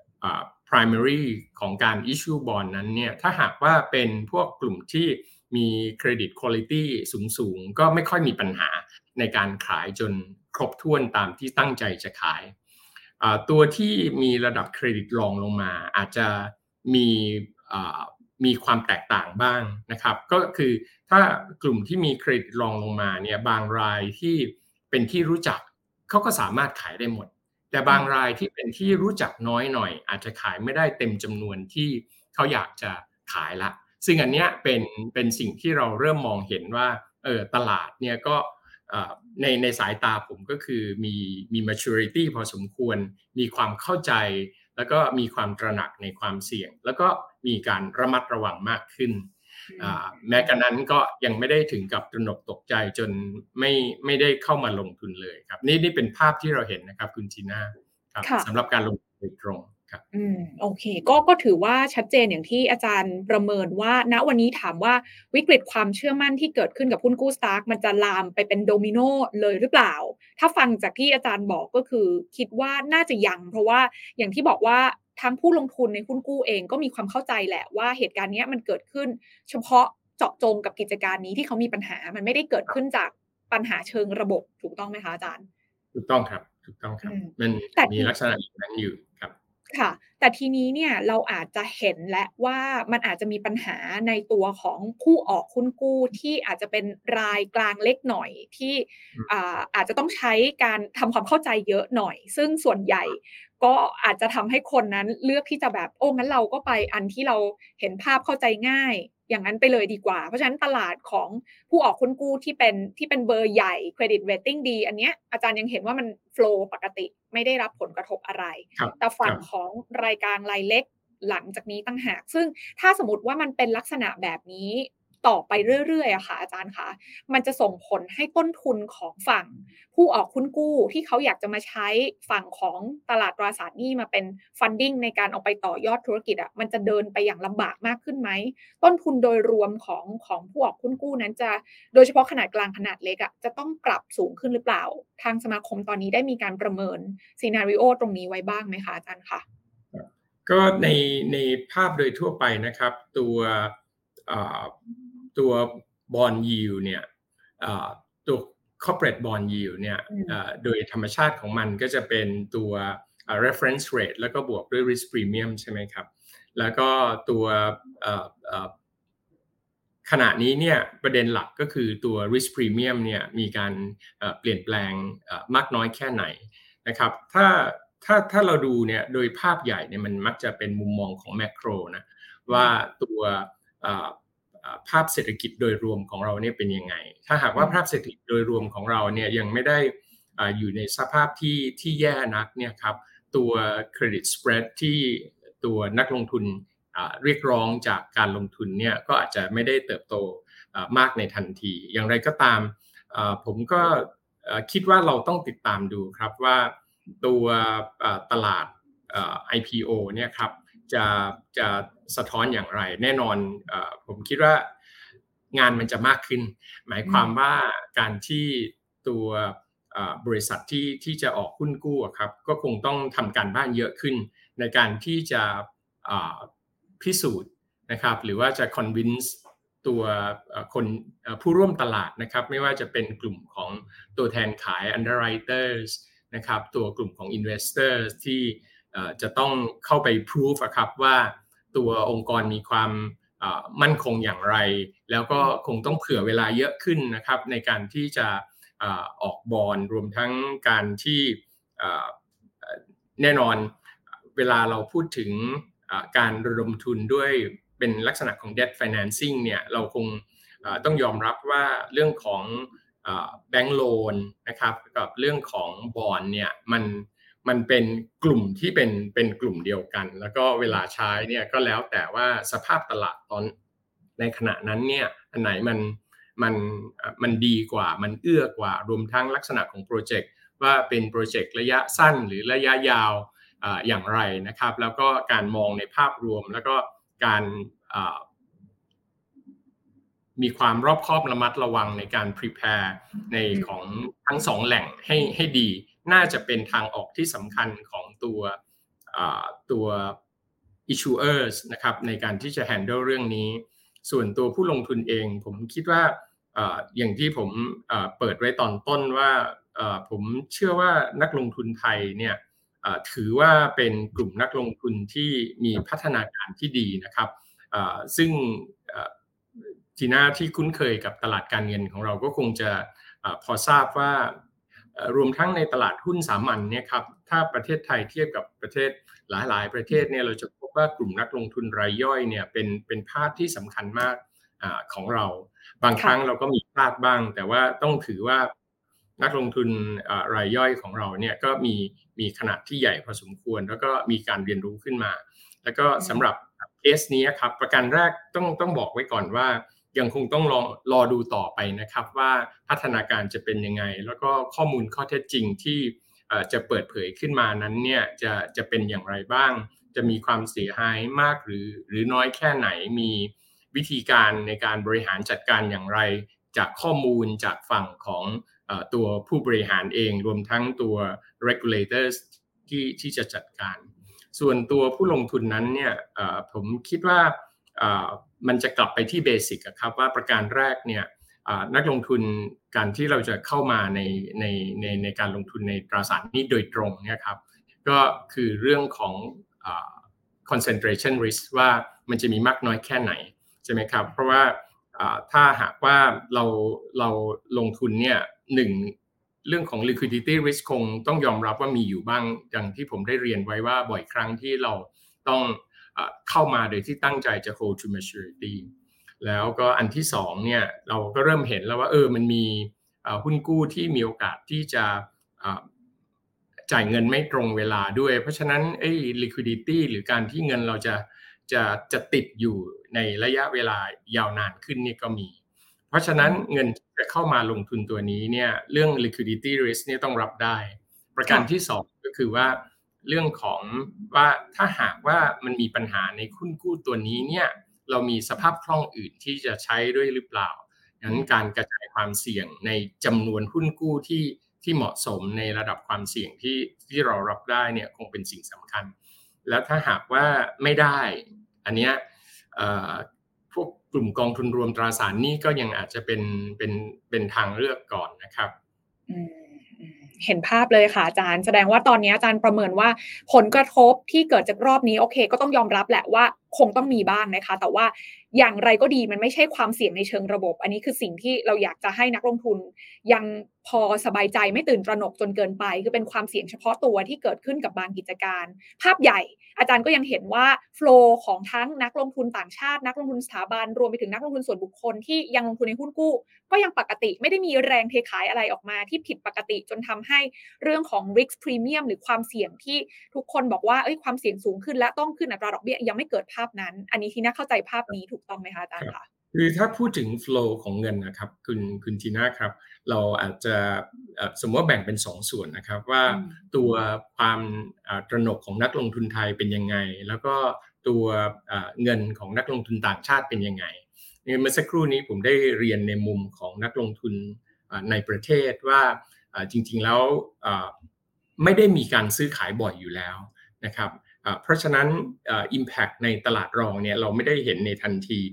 primary ของการ issue bond นั้นเนี่ยถ้าหากว่าเป็นพวกกลุ่มที่มีเครดิต quality สูงๆก็ไม่ค่อยมีปัญหาในการขายจนครบถ้วนตามที่ตั้งใจจะขายตัวที่มีระดับเครดิตรองลงมาอาจจะมีมีความแตกต่างบ้างนะครับก็คือถ้ากลุ่มที่มีเครดิตรองลงมาเนี่ยบางรายที่เป็นที่รู้จักเขาก็สามารถขายได้หมดแต่บางรายที่เป็นที่รู้จักน้อยหน่อยอาจจะขายไม่ได้เต็มจำนวนที่เขาอยากจะขายละซึ่งอันเนี้ยเป็นเป็นสิ่งที่เราเริ่มมองเห็นว่าเออตลาดเนี่ยก็ในในสายตาผมก็คือมีมี maturity พอสมควรมีความเข้าใจแล้วก็มีความตระหนักในความเสี่ยงแล้วก็มีการระมัดระวังมากขึ้นแม้กระนั้นก็ยังไม่ได้ถึงกับตระหนกตกใจจนไม่ไม่ได้เข้ามาลงทุนเลยครับนี่นี่เป็นภาพที่เราเห็นนะครับคุณจีน่าครับสำหรับการลงทุนโดยตรงครับอืมโอเคก็ก็ถือว่าชัดเจนอย่างที่อาจารย์ประเมินว่าณวันนี้ถามว่าวิกฤตความเชื่อมั่นที่เกิดขึ้นกับหุ้นกู้ Stark มันจะลามไปเป็นโดมิโนเลยหรือเปล่าถ้าฟังจากที่อาจารย์บอกก็คือคิดว่าน่าจะยังเพราะว่าอย่างที่บอกว่าทั้งผู้ลงทุนในหุ้นกู้เองก็มีความเข้าใจแหละว่าเหตุการณ์นี้มันเกิดขึ้นเฉพาะเจาะจงกับกิจการนี้ที่เขามีปัญหามันไม่ได้เกิดขึ้นจากปัญหาเชิงระบบถูกต้องไหมคะอาจารย์ถูกต้องครับถูกต้องครับมันมีลักษณะอย่างนั้นอยู่ครับค่ะแต่ทีนี้เนี่ยเราอาจจะเห็นและว่ามันอาจจะมีปัญหาในตัวของผู้ออกหุ้นกู้ที่อาจจะเป็นรายกลางเล็กหน่อยที่อ่าอาจจะต้องใช้การทำความเข้าใจเยอะหน่อยซึ่งส่วนใหญ่ก็อาจจะทำให้คนนั้นเลือกที่จะแบบโอ้งั้นเราก็ไปอันที่เราเห็นภาพเข้าใจง่ายอย่างนั้นไปเลยดีกว่าเพราะฉะนั้นตลาดของผู้ออกหุ้นกู้ที่เป็นที่เป็นเบอร์ใหญ่เครดิตเรตติ้งดีอันเนี้ยอาจารย์ยังเห็นว่ามันโฟลว์ปกติไม่ได้รับผลกระทบอะไรแต่ฝั่งของรายการรายเล็กหลังจากนี้ต่างหากซึ่งถ้าสมมติว่ามันเป็นลักษณะแบบนี้ต่อไปเรื่อยๆอะค่ะอาจารย์คะมันจะส่งผลให้ต้นทุนของฝั่งผู้ออกหุ้นกู้ที่เขาอยากจะมาใช้ฝั่งของตลาดตราสารหนี้มาเป็น funding ในการเอาไปต่อยอดธุรกิจอะมันจะเดินไปอย่างลำบากมากขึ้นไหมต้นทุนโดยรวมของของผู้ออกหุ้นกู้นั้นจะโดยเฉพาะขนาดกลางขนาดเล็กอะจะต้องปรับสูงขึ้นหรือเปล่าทางสมาคมตอนนี้ได้มีการประเมิน scenario ตรงนี้ไว้บ้างไหมคะอาจารย์คะก็ในในภาพโดยทั่วไปนะครับตัวตัว bond yield เนี่ยตัว corporate bond yield เนี่ยโดยธรรมชาติของมันก็จะเป็นตัว reference rate แล้วก็บวกด้วย risk premium ใช่ไหมครับแล้วก็ตัวขณะนี้เนี่ยประเด็นหลักก็คือตัว risk premium เนี่ยมีการเปลี่ยนแปลงมากน้อยแค่ไหนนะครับถ้าถ้าถ้าเราดูเนี่ยโดยภาพใหญ่เนี่ยมันมักจะเป็นมุมมองของแมคโครนะว่าตัวภาพเศรษฐกิจโดยรวมของเราเนี่ยเป็นยังไงถ้าหากว่าภาพเศรษฐกิจโดยรวมของเราเนี่ยยังไม่ได้อยู่ในสภาพที่ที่แย่นักเนี่ยครับตัวเครดิตสเปรดที่ตัวนักลงทุนเรียกร้องจากการลงทุนเนี่ยก็อาจจะไม่ได้เติบโตมากในทันทีอย่างไรก็ตามผมก็คิดว่าเราต้องติดตามดูครับว่าตัวตลาด ไอ พี โอ เนี่ยครับจะจะสะท้อนอย่างไรแน่นอนผมคิดว่างานมันจะมากขึ้นหมายความว่าการที่ตัวบริษัทที่ที่จะออกหุ้นกู้ครับก็คงต้องทำการบ้านเยอะขึ้นในการที่จะพิสูจน์นะครับหรือว่าจะ convince ตัวคนผู้ร่วมตลาดนะครับไม่ว่าจะเป็นกลุ่มของตัวแทนขาย underwriters นะครับตัวกลุ่มของ investors ที่จะต้องเข้าไป prove ครับว่าตัวองค์กรมีความมั่นคงอย่างไรแล้วก็คงต้องเผื่อเวลาเยอะขึ้นนะครับในการที่จะออกบอนด์รวมทั้งการที่แน่นอนเวลาเราพูดถึงการระดมทุนด้วยเป็นลักษณะของ debt financing เนี่ยเราคงต้องยอมรับว่าเรื่องของแบงก์โลนนะครับกับเรื่องของบอนด์เนี่ยมันมันเป็นกลุ่มที่เป็นเป็นกลุ่มเดียวกันแล้วก็เวลาใช้เนี่ยก็แล้วแต่ว่าสภาพตลาดตอนในขณะนั้นเนี่ยอันไหนมันมันมันดีกว่ามันเอื้อกว่ารวมทั้งลักษณะของโปรเจกต์ว่าเป็นโปรเจกต์ระยะสั้นหรือระยะยาวอย่างไรนะครับแล้วก็การมองในภาพรวมแล้วก็การมีความรอบคอบระมัดระวังในการ prepare ในของทั้งสองแหล่งให้ให้ดีน่าจะเป็นทางออกที่สำคัญของตัวตัว issuers นะครับในการที่จะ handle เรื่องนี้ส่วนตัวผู้ลงทุนเองผมคิดว่าอย่างที่ผมเปิดไว้ตอนต้นว่าผมเชื่อว่านักลงทุนไทยเนี่ยถือว่าเป็นกลุ่มนักลงทุนที่มีพัฒนาการที่ดีนะครับซึ่งทีน่าที่คุ้นเคยกับตลาดการเงินของเราก็คงจะพอทราบว่ารวมทั้งในตลาดหุ้นสามัญเนี่ยครับถ้าประเทศไทยเทียบกับประเทศหลายๆประเทศเนี่ยเราจะพบว่ากลุ่มนักลงทุนรายย่อยเนี่ยเป็นเป็นภาพที่สำคัญมากของเราบางครั้งเราก็มีพลาดบ้างแต่ว่าต้องถือว่านักลงทุนรายย่อยของเราเนี่ยก็มีมีขนาดที่ใหญ่พอสมควรแล้วก็มีการเรียนรู้ขึ้นมาแล้วก็สำหรับเคสนี้ครับประการแรกต้องต้องบอกไว้ก่อนว่ายังคงต้องรอรอดูต่อไปนะครับว่าพัฒนาการจะเป็นยังไงแล้วก็ข้อมูลข้อเท็จจริงที่จะเปิดเผยขึ้นมานั้นเนี่ยจะจะเป็นอย่างไรบ้างจะมีความเสียหายมากหรือหรือน้อยแค่ไหนมีวิธีการในการบริหารจัดการอย่างไรจากข้อมูลจากฝั่งของตัวผู้บริหารเองรวมทั้งตัว regulators ที่ที่จะจัดการส่วนตัวผู้ลงทุนนั้นเนี่ยผมคิดว่ามันจะกลับไปที่เบสิกครับว่าประการแรกเนี่ยนักลงทุนการที่เราจะเข้ามาในในในในการลงทุนในตราสารหนี้โดยตรงเนี่ยครับก็คือเรื่องของ concentration risk ว่ามันจะมีมากน้อยแค่ไหนใช่ไหมครับเพราะว่าถ้าหากว่าเราเราลงทุนเนี่ยหนึ่งเรื่องของ liquidity risk คงต้องยอมรับว่ามีอยู่บ้างอย่างที่ผมได้เรียนไว้ว่าบ่อยครั้งที่เราต้องเข้ามาโดยที่ตั้งใจจะ hold to maturity แล้วก็อันที่สองเนี่ยเราก็เริ่มเห็นแล้วว่าเออมันมีหุ้นกู้ที่มีโอกาสที่จะจ่ายเงินไม่ตรงเวลาด้วยเพราะฉะนั้นไอ้ liquidity หรือการที่เงินเราจะจะจะติดอยู่ในระยะเวลายาวนานขึ้นนี่ก็มีเพราะฉะนั้นเงินที่จะเข้ามาลงทุนตัวนี้เนี่ยเรื่อง liquidity risk เนี่ยต้องรับได้ประการที่สองก็คือว่าเรื่องของว่าถ้าหากว่ามันมีปัญหาในหุ้นกู้ตัวนี้เนี่ยเรามีสภาพคล่องอื่นที่จะใช้ด้วยหรือเปล่าดังนั้นการกระจายความเสี่ยงในจำนวนหุ้นกู้ที่ที่เหมาะสมในระดับความเสี่ยงที่ที่เรารับได้เนี่ยคงเป็นสิ่งสำคัญแล้วถ้าหากว่าไม่ได้อันเนี้ยพวกกลุ่มกองทุนรวมตราสารหนี้ก็ยังอาจจะเป็นเป็นเป็นทางเลือกก่อนนะครับเห็นภาพเลยค่ะอาจารย์แสดงว่าตอนนี้อาจารย์ประเมินว่าผลกระทบที่เกิดจากรอบนี้โอเคก็ต้องยอมรับแหละว่าคงต้องมีบ้างนะคะแต่ว่าอย่างไรก็ดีมันไม่ใช่ความเสี่ยงในเชิงระบบอันนี้คือสิ่งที่เราอยากจะให้นักลงทุนยังพอสบายใจไม่ตื่นตระหนกจนเกินไปคือเป็นความเสี่ยงเฉพาะตัวที่เกิดขึ้นกับบางกิจการภาพใหญ่อาจารย์ก็ยังเห็นว่าโฟลว์ของทั้งนักลงทุนต่างชาตินักลงทุนสถาบันรวมไปถึงนักลงทุนส่วนบุคคลที่ยังลงทุนในหุ้นกู้ก็ยังปกติไม่ได้มีแรงเทขายอะไรออกมาที่ผิดปกติจนทำให้เรื่องของ risk premium หรือความเสี่ยงที่ทุกคนบอกว่าเอ้ยความเสี่ยงสูงขึ้นและต้องขึ้นอัตราดอกเบี้ยยังไม่เกิดภาพนั้นอันนี้ที่น่าเข้าใจภาพนี้ถูกต้องไหมคะอาจารย์คะคือถ้าพูดถึง flow ของเงินนะครับคุณคุณทีน่าครับเราอาจจะสมมติว่าแบ่งเป็นสองส่วนนะครับว่าตัวความตระหนกของนักลงทุนไทยเป็นยังไงแล้วก็ตัวเงินของนักลงทุนต่างชาติเป็นยังไงเมื่อสักครู่นี้ผมได้เรียนในมุมของนักลงทุนในประเทศว่าจริงๆแล้วไม่ได้มีการซื้อขายบ่อยอยู่แล้วนะครับเพราะฉะนั้น impact ในตลาดรองเนี่ยเราไม่ได้เห็นในทันที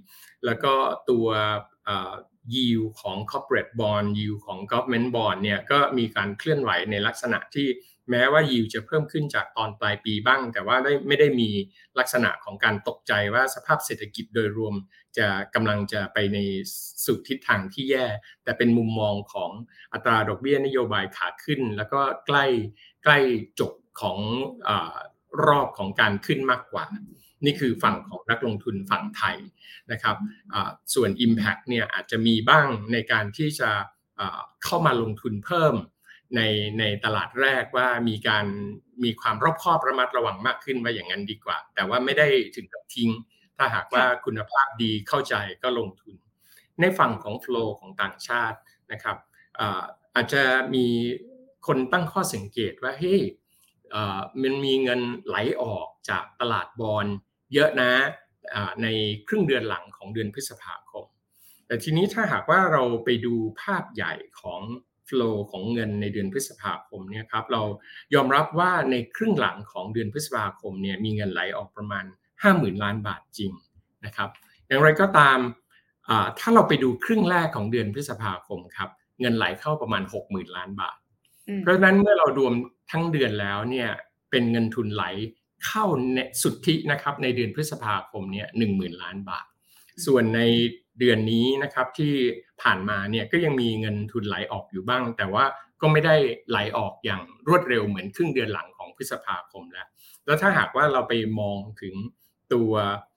แล้วก็ตัวเอ่อ yield ของ corporate bond yield ของ government bond เนี่ยก็มีการเคลื่อนไหวในลักษณะที่แม้ว่า yield จะเพิ่มขึ้นจากตอนปลายปีบ้างแต่ว่าได้ไม่ได้มีลักษณะของการตกใจว่าสภาพเศรษฐกิจโดยรวมจะกำลังจะไปในสู่ทิศทางที่แย่แต่เป็นมุมมองของอัตราดอกเบี้ยนโยบายขาขึ้นแล้วก็ใกล้ใกล้จบของเอ่อรอบของการขึ้นมากกว่านี่คือฝั่งของนักลงทุนฝั่งไทยนะครับส่วน Impact เนี่ยอาจจะมีบ้างในการที่จะเข้ามาลงทุนเพิ่มในในตลาดแรกว่ามีการมีความรอบคอบระมัดระวังมากขึ้นว่าอย่างนั้นดีกว่าแต่ว่าไม่ได้ถึงกับทิ้งถ้าหากว่าคุณภาพดีเข้าใจก็ลงทุนในฝั่งของ flow ของต่างชาตินะครับอาจจะมีคนตั้งข้อสังเกตว่าเฮ้ยมันมีเงินไหลออกจากตลาดบอนด์เยอะนะในครึ่งเดือนหลังของเดือนพฤษภาคมแต่ทีนี้ถ้าหากว่าเราไปดูภาพใหญ่ของ flow ของเงินในเดือนพฤษภาคมเนี่ยครับเรายอมรับว่าในครึ่งหลังของเดือนพฤษภาคมเนี่ยมีเงินไหลออกประมาณ ห้าหมื่น ล้านบาทจริงนะครับอย่างไรก็ตามถ้าเราไปดูครึ่งแรกของเดือนพฤษภาคมครับเงินไหลเข้าประมาณ หกหมื่น ล้านบาทเพราะฉะนั้นเมื่อเรารวมทั้งเดือนแล้วเนี่ยเป็นเงินทุนไหลเข้าสุทธินะครับในเดือนพฤษภาคมเนี่ย หนึ่งหมื่น ล้านบาทส่วนในเดือนนี้นะครับที่ผ่านมาเนี่ยก็ยังมีเงินทุนไหลออกอยู่บ้างแต่ว่าก็ไม่ได้ไหลออกอย่างรวดเร็วเหมือนครึ่งเดือนหลังของพฤษภาคมแล้วแล้วถ้าหากว่าเราไปมองถึงตัว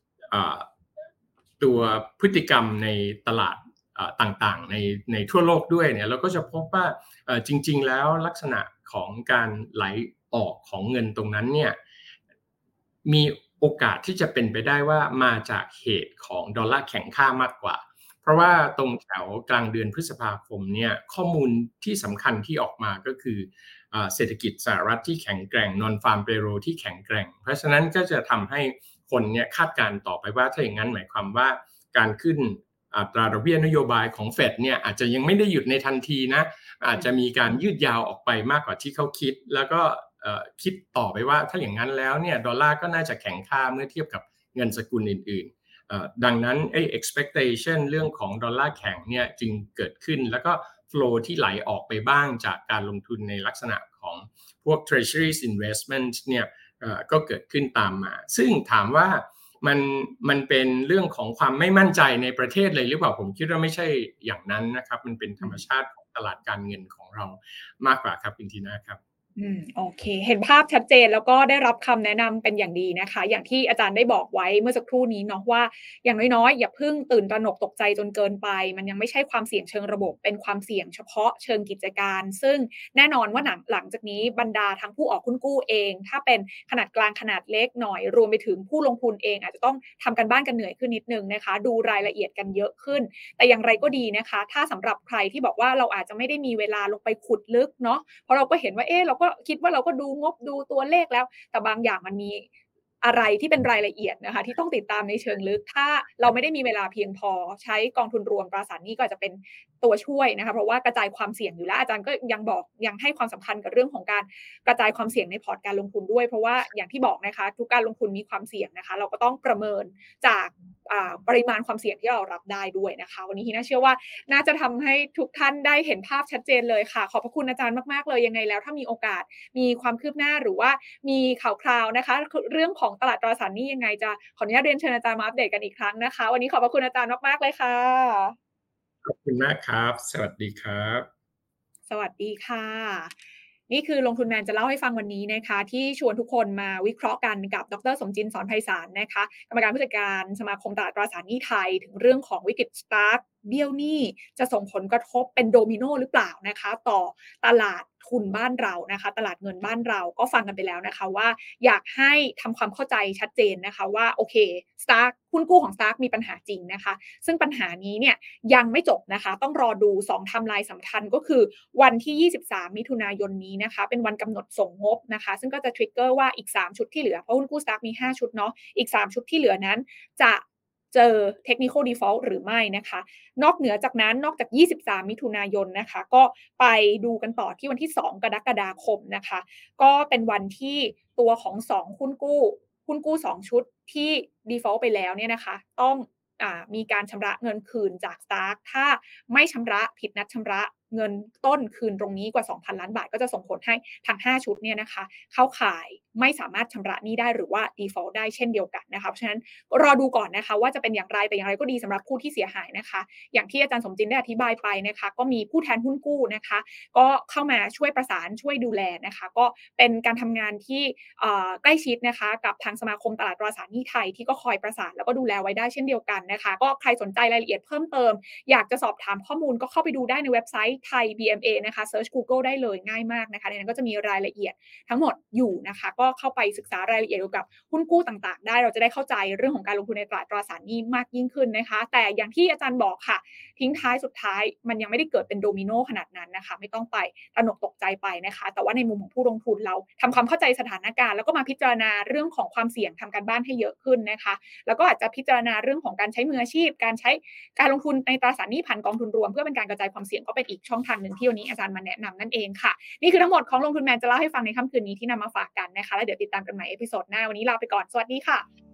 ตัวพฤติกรรมในตลาดต่างๆในในทั่วโลกด้วยเนี่ยเราก็จะพบว่าจริงๆแล้วลักษณะของการไหลออกของเงินตรงนั้นเนี่ยมีโอกาสที่จะเป็นไปได้ว่ามาจากเหตุของดอลลาร์แข็งค่ามากกว่าเพราะว่าตรงแถวกลางเดือนพฤษภาคมเนี่ยข้อมูลที่สำคัญที่ออกมาก็คือเศรษฐกิจสหรัฐที่แข็งแกร่ง non-farm payroll ที่แข็งแกร่งเพราะฉะนั้นก็จะทำให้คนเนี่ยคาดการณ์ต่อไปว่าถ้าอย่างนั้นหมายความว่าการขึ้นอัตราดอกเบี้ยนโยบายของเฟดเนี่ยอาจจะยังไม่ได้หยุดในทันทีนะอาจจะมีการยืดยาวออกไปมากกว่าที่เขาคิดแล้วก็คิดต่อไปว่าถ้าอย่างนั้นแล้วเนี่ยดอลลาร์ก็น่าจะแข็งค่าเมื่อเทียบกับเงินสกุลอื่นๆดังนั้นไอ้ expectation เรื่องของดอลลาร์แข็งเนี่ยจึงเกิดขึ้นแล้วก็ flow ที่ไหลออกไปบ้างจากการลงทุนในลักษณะของพวก treasuries investment เนี่ยก็เกิดขึ้นตามมาซึ่งถามว่ามันมันเป็นเรื่องของความไม่มั่นใจในประเทศเลยหรือเปล่าผมคิดว่าไม่ใช่อย่างนั้นนะครับมันเป็นธรรมชาติของตลาดการเงินของเรามากกว่าครับคุณทีน่าครับอืมโอเคเห็นภาพชัดเจนแล้วก็ได้รับคำแนะนำเป็นอย่างดีนะคะอย่างที่อาจารย์ได้บอกไว้เมื่อสักครู่นี้เนาะว่าอย่างน้อยๆอย่าเพิ่งตื่นตระหนกตกใจจนเกินไปมันยังไม่ใช่ความเสี่ยงเชิงระบบเป็นความเสี่ยงเฉพาะเชิงกิจการซึ่งแน่นอนว่าหนังหลังจากนี้บรรดาทั้งผู้ออกหุ้นกู้เองถ้าเป็นขนาดกลางขนาดเล็กหน่อยรวมไปถึงผู้ลงทุนเองอาจจะต้องทำการบ้านกันเหนื่อยขึ้นนิดนึงนะคะดูรายละเอียดกันเยอะขึ้นแต่อย่างไรก็ดีนะคะถ้าสำหรับใครที่บอกว่าเราอาจจะไม่ได้มีเวลาลงไปขุดลึกเนาะเพราะเราก็เห็นว่าเอ๊ะเราก็คิดว่าเราก็ดูงบดูตัวเลขแล้วแต่บางอย่างมันมีอะไรที่เป็นรายละเอียดนะคะที่ต้องติดตามในเชิงลึกถ้าเราไม่ได้มีเวลาเพียงพอใช้กองทุนรวมตราสารหนี้ก็อาจจะเป็นตัวช่วยนะคะเพราะว่ากระจายความเสี่ยงอยู่แล้วอาจารย์ก็ยังบอกยังให้ความสำคัญกับเรื่องของการกระจายความเสี่ยงในพอร์ตการลงทุนด้วยเพราะว่าอย่างที่บอกนะคะทุกการลงทุนมีความเสี่ยงนะคะเราก็ต้องประเมินจากปริมาณความเสี่ยงที่เรารับได้ด้วยนะคะวันนี้ทีน่าเชื่อว่าน่าจะทำให้ทุกท่านได้เห็นภาพชัดเจนเลยค่ะขอบพระคุณอาจารย์มากๆเลยยังไงแล้วถ้ามีโอกาสมีความคืบหน้าหรือว่ามีข่าวคราวนะคะเรื่องของตลาดตราสารหนี้ยังไงจะขออนุญาตเรียนเชิญอาจารย์มาอัปเดตกันอีกครั้งนะคะวันนี้ขอบพระคุณอาจารย์มากๆเลยค่ะขอบคุณมากครับสวัสดีครับสวัสดีค่ะนี่คือลงทุนแมนจะเล่าให้ฟังวันนี้นะคะที่ชวนทุกคนมาวิเคราะห์กันกับดรสมจินต์สอนไพศาลนะคะกรรมการผู้จัดการสมาคมตลาดตราสารหนี้ไทยถึงเรื่องของวิกฤตสตาร์กเบี้ยวหนี้จะส่งผลกระทบเป็นโดมิโนหรือเปล่านะคะต่อตลาดทุนบ้านเรานะคะตลาดเงินบ้านเราก็ฟังกันไปแล้วนะคะว่าอยากให้ทำความเข้าใจชัดเจนนะคะว่าโอเคสตาร์กหุ้นกู้ของสตาร์กมีปัญหาจริงนะคะซึ่งปัญหานี้เนี่ยยังไม่จบนะคะต้องรอดูสองไทม์ไลน์สำคัญก็คือวันที่ยี่สิบสามมิถุนายนนี้นะคะเป็นวันกำหนดส่งงบนะคะซึ่งก็จะทริกเกอร์ว่าอีกสามชุดที่เหลือเพราะหุ้นกู้สตาร์กมีห้าชุดเนาะอีกสามชุดที่เหลือนั้นจะเจอ Technical Default หรือไม่นะคะนอกเหนือจากนั้นนอกจากยี่สิบสามมิถุนายนนะคะก็ไปดูกันต่อที่วันที่สองกรกฎาคมนะคะก็เป็นวันที่ตัวของสองหุ้นกู้หุ้นกู้สองชุดที่ Default ไปแล้วเนี่ยนะคะต้องอ่ามีการชำระเงินคืนจาก Stark ถ้าไม่ชำระผิดนัดชำระเงินต้นคืนตรงนี้กว่า สองพัน ล้านบาทก็จะส่งผลให้ทั้งห้าชุดเนี่ยนะคะเข้าข่ายไม่สามารถชำระหนี้ได้หรือว่า ดีฟอลต์ ได้เช่นเดียวกันนะคะเพราะฉะนั้นรอดูก่อนนะคะว่าจะเป็นอย่างไรแต่อย่างไรก็ดีสำหรับผู้ที่เสียหายนะคะอย่างที่อาจารย์สมจินได้อธิบายไปนะคะก็มีผู้แทนหุ้นกู้นะคะก็เข้ามาช่วยประสานช่วยดูแลนะคะก็เป็นการทำงานที่เอ่อใกล้ชิดนะคะกับทางสมาคมตลาดตราสารหนี้ไทยที่ก็คอยประสานแล้วก็ดูแลไว้ได้เช่นเดียวกันนะคะก็ใครสนใจรายละเอียดเพิ่มเติมอยากจะสอบถามข้อมูลก็เข้าไปดูได้ในเว็บไซต์ไทย บี เอ็ม เอ นะคะเซิร์ช Google ได้เลยง่ายมากนะคะในนั้นก็จะมีรายละเอียดทั้งหมดอยู่นะคะก็เข้าไปศึกษารายละเอียดเกี่ยวกับหุ้นกู้ต่างๆได้เราจะได้เข้าใจเรื่องของการลงทุนในตลาดตราสารหนี้มากยิ่งขึ้นนะคะแต่อย่างที่อาจารย์บอกค่ะทิ้งท้ายสุดท้ายมันยังไม่ได้เกิดเป็นโดมิโนขนาดนั้นนะคะไม่ต้องไปตระหนกตกใจไปนะคะแต่ว่าในมุมของผู้ลงทุนเราทำความเข้าใจสถานการณ์แล้วก็มาพิจารณาเรื่องของความเสี่ยงทำการบ้านให้เยอะขึ้นนะคะแล้วก็อาจจะพิจารณาเรื่องของการใช้มืออาชีพการใช้การลงทุนในตราสารหนี้ผ่านกองทุนรวมเพื่อเป็นการกระจายความเสี่ยงก็เป็นอีกช่องทางหนึ่งที่วันนี้อาจารย์มาแนะนำนั่นเองค่ะนี่คือทั้งหมดของลงทุนแมนจะเล่าให้ฟังในค่ำคืนนี้ที่นำมาฝากกันนะคะแล้วเดี๋ยวติดตามกันใหม่เอพิโซดหน้าวันนี้ลาไปก่อนสวัสดีค่ะ